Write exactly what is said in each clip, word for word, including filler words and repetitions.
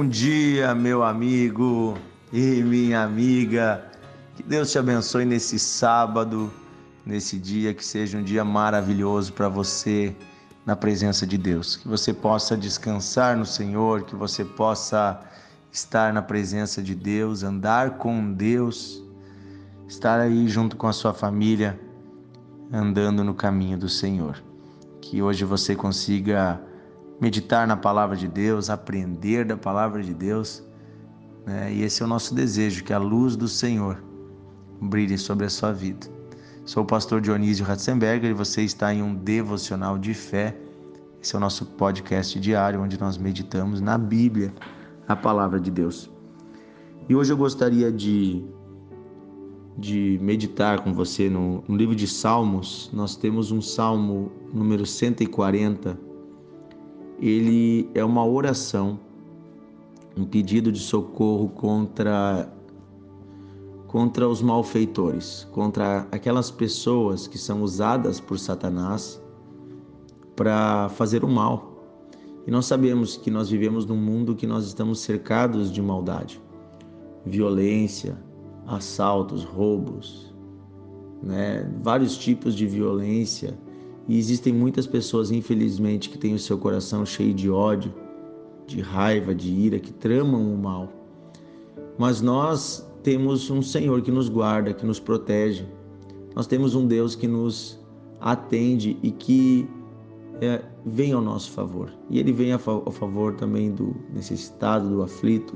dia, meu amigo e minha amiga. Que Deus te abençoe nesse sábado, nesse dia, que seja um dia maravilhoso para você na presença de Deus. Que você possa descansar no Senhor, que você possa estar na presença de Deus, andar com Deus, estar aí junto com a sua família, andando no caminho do Senhor. Que hoje você consiga meditar na palavra de Deus, aprender da palavra de Deus, né? E esse é o nosso desejo, que a luz do Senhor brilhe sobre a sua vida. Sou o pastor Dionísio Ratzenberger e você está em um devocional de fé. Esse é o nosso podcast diário, onde nós meditamos na Bíblia, a palavra de Deus. E hoje eu gostaria de, de meditar com você no, no livro de Salmos. Nós temos um Salmo número cento e quarenta. Ele é uma oração, um pedido de socorro contra, contra os malfeitores, contra aquelas pessoas que são usadas por Satanás para fazer o mal. E nós sabemos que nós vivemos num mundo que nós estamos cercados de maldade, violência, assaltos, roubos, né? Vários tipos de violência. E existem muitas pessoas, infelizmente, que têm o seu coração cheio de ódio, de raiva, de ira, que tramam o mal. Mas nós temos um Senhor que nos guarda, que nos protege. Nós temos um Deus que nos atende e que é, vem ao nosso favor. E Ele vem ao favor também do necessitado, do aflito.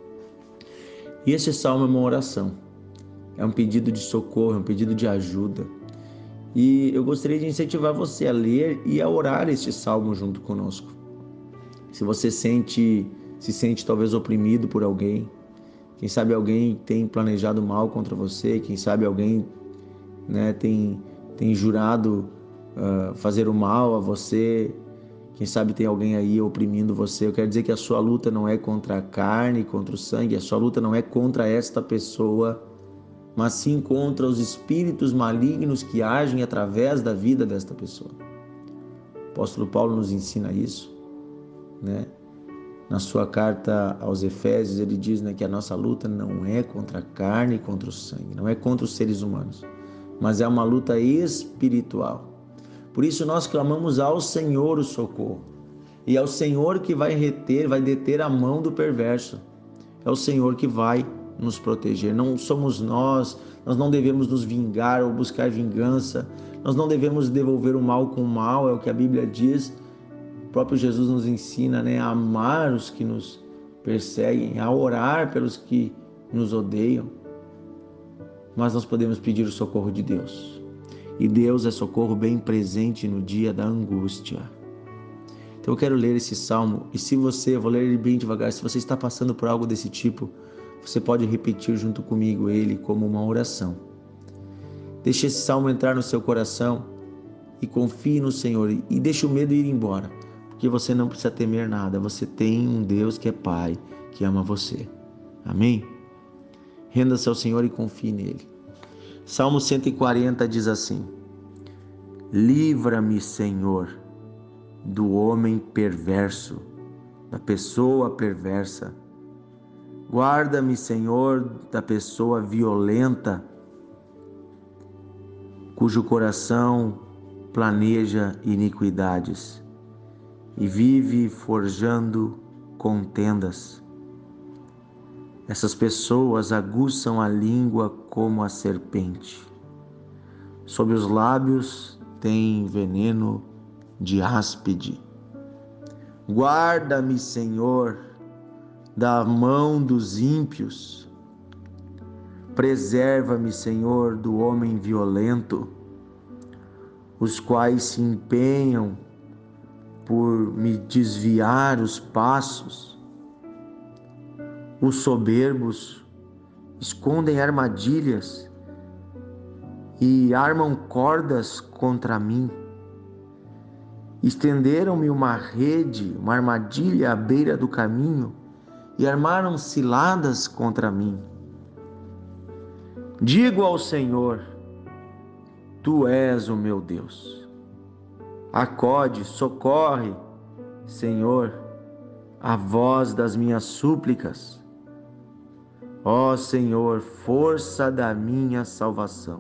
E esse salmo é uma oração. É um pedido de socorro, é um pedido de ajuda. E eu gostaria de incentivar você a ler e a orar este salmo junto conosco. Se você sente, se sente talvez oprimido por alguém, quem sabe alguém tem planejado mal contra você, quem sabe alguém, né, tem, tem jurado uh, fazer o mal a você, quem sabe tem alguém aí oprimindo você. Eu quero dizer que a sua luta não é contra a carne, contra o sangue, a sua luta não é contra esta pessoa, mas sim contra os espíritos malignos que agem através da vida desta pessoa. O apóstolo Paulo nos ensina isso, né? Na sua carta aos Efésios, ele diz, né, que a nossa luta não é contra a carne e contra o sangue, não é contra os seres humanos, mas é uma luta espiritual. Por isso nós clamamos ao Senhor o socorro, e é o Senhor que vai reter, vai deter a mão do perverso, é o Senhor que vai nos proteger. Não somos nós, nós não devemos nos vingar ou buscar vingança, nós não devemos devolver o mal com o mal, é o que a Bíblia diz. O próprio Jesus nos ensina, né, a amar os que nos perseguem, a orar pelos que nos odeiam, mas nós podemos pedir o socorro de Deus, e Deus é socorro bem presente no dia da angústia. Então eu quero ler esse salmo, e se você, eu vou ler ele bem devagar, se você está passando por algo desse tipo, você pode repetir junto comigo ele como uma oração. Deixe esse salmo entrar no seu coração e confie no Senhor e deixe o medo ir embora, porque você não precisa temer nada. Você tem um Deus que é Pai, que ama você. Amém? Renda-se ao Senhor e confie nele. Salmo cento e quarenta diz assim: livra-me, Senhor, do homem perverso, da pessoa perversa. Guarda-me, Senhor, da pessoa violenta, cujo coração planeja iniquidades e vive forjando contendas. Essas pessoas aguçam a língua como a serpente. Sob os lábios tem veneno de áspide. Guarda-me, Senhor, da mão dos ímpios. Preserva-me, Senhor, do homem violento, os quais se empenham por me desviar os passos. Os soberbos escondem armadilhas e armam cordas contra mim. Estenderam-me uma rede, uma armadilha à beira do caminho e armaram ciladas contra mim. Digo ao Senhor: Tu és o meu Deus. Acode, socorre, Senhor, a voz das minhas súplicas. Ó Senhor, força da minha salvação.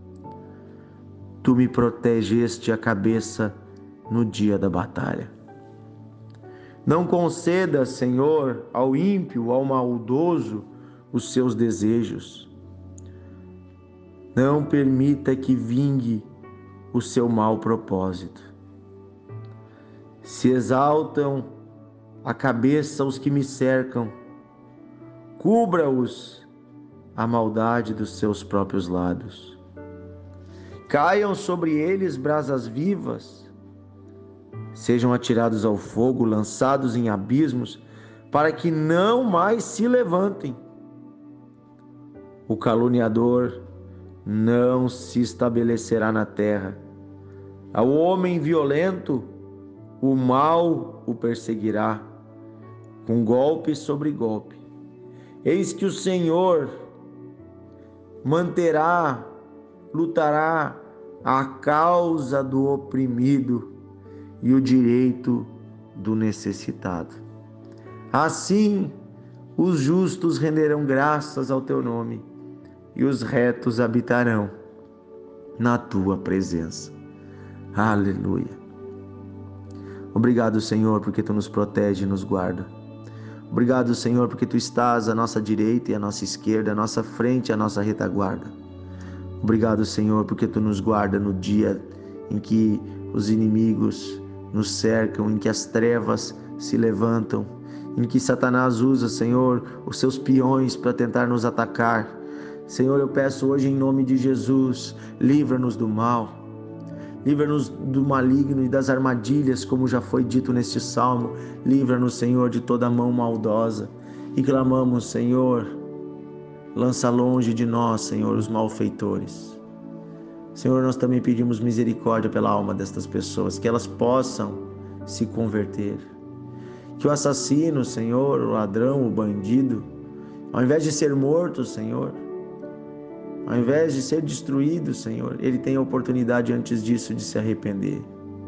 Tu me protegeste a cabeça no dia da batalha. Não conceda, Senhor, ao ímpio, ao maldoso, os seus desejos. Não permita que vingue o seu mau propósito. Se exaltam a cabeça os que me cercam, cubra-os a maldade dos seus próprios lábios. Caiam sobre eles brasas vivas, sejam atirados ao fogo, lançados em abismos, para que não mais se levantem. O caluniador não se estabelecerá na terra. Ao homem violento, o mal o perseguirá, com golpe sobre golpe. Eis que o Senhor manterá, lutará a causa do oprimido e o direito do necessitado. Assim, os justos renderão graças ao teu nome e os retos habitarão na tua presença. Aleluia. Obrigado, Senhor, porque tu nos protege e nos guarda. Obrigado, Senhor, porque tu estás à nossa direita e à nossa esquerda, à nossa frente e à nossa retaguarda. Obrigado, Senhor, porque tu nos guarda no dia em que os inimigos nos cercam, em que as trevas se levantam, em que Satanás usa, Senhor, os seus peões para tentar nos atacar. Senhor, eu peço hoje em nome de Jesus, livra-nos do mal, livra-nos do maligno e das armadilhas, como já foi dito neste salmo. Livra-nos, Senhor, de toda mão maldosa. E clamamos, Senhor, lança longe de nós, Senhor, os malfeitores. Senhor, nós também pedimos misericórdia pela alma destas pessoas, que elas possam se converter. Que o assassino, Senhor, o ladrão, o bandido, ao invés de ser morto, Senhor, ao invés de ser destruído, Senhor, ele tenha a oportunidade antes disso de se arrepender.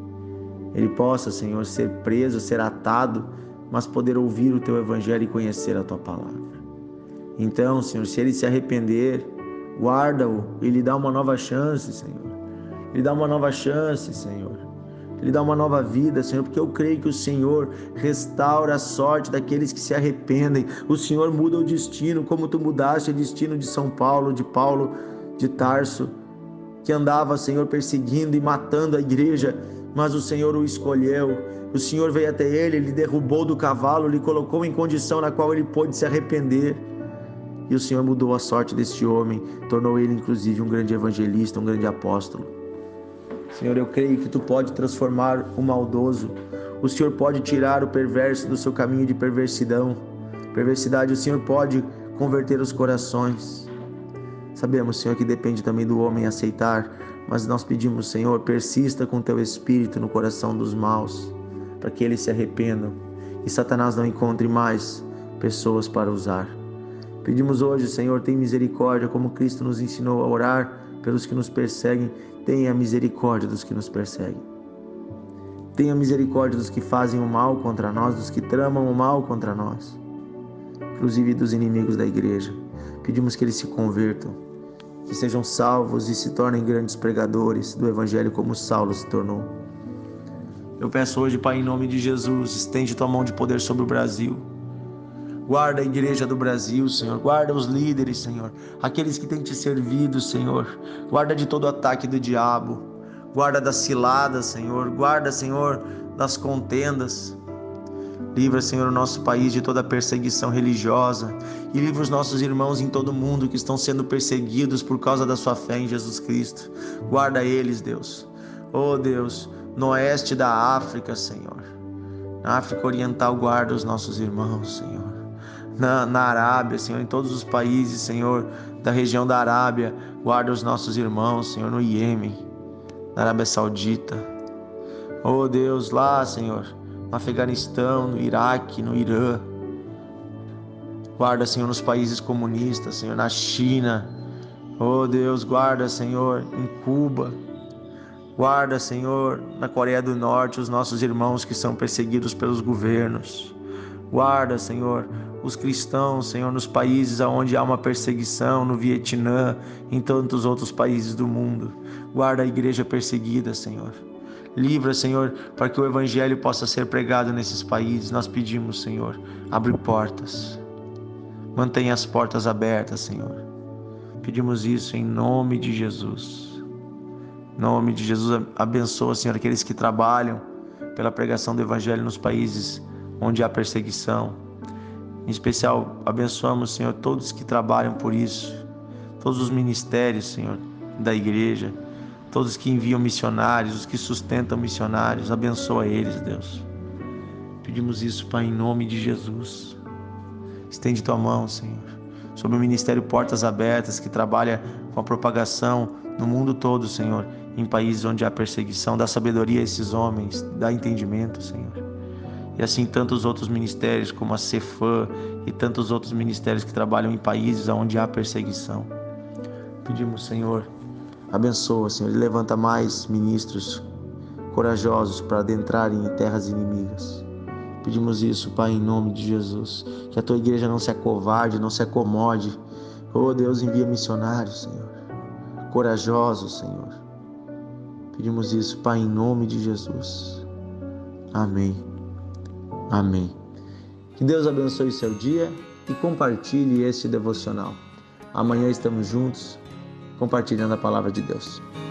Ele possa, Senhor, ser preso, ser atado, mas poder ouvir o teu evangelho e conhecer a tua palavra. Então, Senhor, se ele se arrepender, guarda-o e lhe dá uma nova chance, Senhor. Ele dá uma nova chance, Senhor. Ele dá uma nova vida, Senhor, porque eu creio que o Senhor restaura a sorte daqueles que se arrependem. O Senhor muda o destino, como tu mudaste o destino de São Paulo, de Paulo de Tarso, que andava, Senhor, perseguindo e matando a igreja, mas o Senhor o escolheu. O Senhor veio até ele, ele derrubou do cavalo, lhe colocou em condição na qual ele pôde se arrepender. E o Senhor mudou a sorte deste homem, tornou ele inclusive um grande evangelista, um grande apóstolo. Senhor, eu creio que tu pode transformar o maldoso. O Senhor pode tirar o perverso do seu caminho de perversidão. Perversidade, o Senhor pode converter os corações. Sabemos, Senhor, que depende também do homem aceitar, mas nós pedimos, Senhor, persista com teu espírito no coração dos maus, para que eles se arrependam e Satanás não encontre mais pessoas para usar. Pedimos hoje, Senhor, tem misericórdia, como Cristo nos ensinou a orar pelos que nos perseguem. Tenha misericórdia dos que nos perseguem. Tenha misericórdia dos que fazem o mal contra nós, dos que tramam o mal contra nós, inclusive dos inimigos da igreja. Pedimos que eles se convertam, que sejam salvos e se tornem grandes pregadores do evangelho, como Saulo se tornou. Eu peço hoje, Pai, em nome de Jesus, estende tua mão de poder sobre o Brasil. Guarda a igreja do Brasil, Senhor. Guarda os líderes, Senhor. Aqueles que têm te servido, Senhor. Guarda de todo ataque do diabo. Guarda das ciladas, Senhor. Guarda, Senhor, das contendas. Livra, Senhor, o nosso país de toda perseguição religiosa. E livra os nossos irmãos em todo o mundo que estão sendo perseguidos por causa da sua fé em Jesus Cristo. Guarda eles, Deus. Oh, Deus, no oeste da África, Senhor. Na África Oriental, guarda os nossos irmãos, Senhor. Na, na Arábia, Senhor, em todos os países, Senhor, da região da Arábia, guarda os nossos irmãos, Senhor, no Iêmen, na Arábia Saudita. Oh, Deus, lá, Senhor, no Afeganistão, no Iraque, no Irã. Guarda, Senhor, nos países comunistas, Senhor, na China. Oh, Deus, guarda, Senhor, em Cuba. Guarda, Senhor, na Coreia do Norte, os nossos irmãos que são perseguidos pelos governos. Guarda, Senhor, os cristãos, Senhor, nos países onde há uma perseguição, no Vietnã, em tantos outros países do mundo. Guarda a igreja perseguida, Senhor. Livra, Senhor, para que o evangelho possa ser pregado nesses países. Nós pedimos, Senhor, abre portas. Mantenha as portas abertas, Senhor. Pedimos isso em nome de Jesus. Em nome de Jesus, abençoa, Senhor, aqueles que trabalham pela pregação do evangelho nos países onde há perseguição. Em especial, abençoamos, Senhor, todos que trabalham por isso, todos os ministérios, Senhor, da igreja, todos que enviam missionários, os que sustentam missionários, abençoa eles, Deus. Pedimos isso, Pai, em nome de Jesus. Estende tua mão, Senhor, sobre o Ministério Portas Abertas, que trabalha com a propagação no mundo todo, Senhor, em países onde há perseguição. Dá sabedoria a esses homens, dá entendimento, Senhor. E assim tantos outros ministérios, como a Cefam e tantos outros ministérios que trabalham em países onde há perseguição. Pedimos, Senhor, abençoa, Senhor, e levanta mais ministros corajosos para adentrarem em terras inimigas. Pedimos isso, Pai, em nome de Jesus. Que a tua igreja não se acovarde, não se acomode. Oh, Deus, envia missionários, Senhor, corajosos, Senhor. Pedimos isso, Pai, em nome de Jesus. Amém. Amém. Que Deus abençoe o seu dia e compartilhe este devocional. Amanhã estamos juntos, compartilhando a palavra de Deus.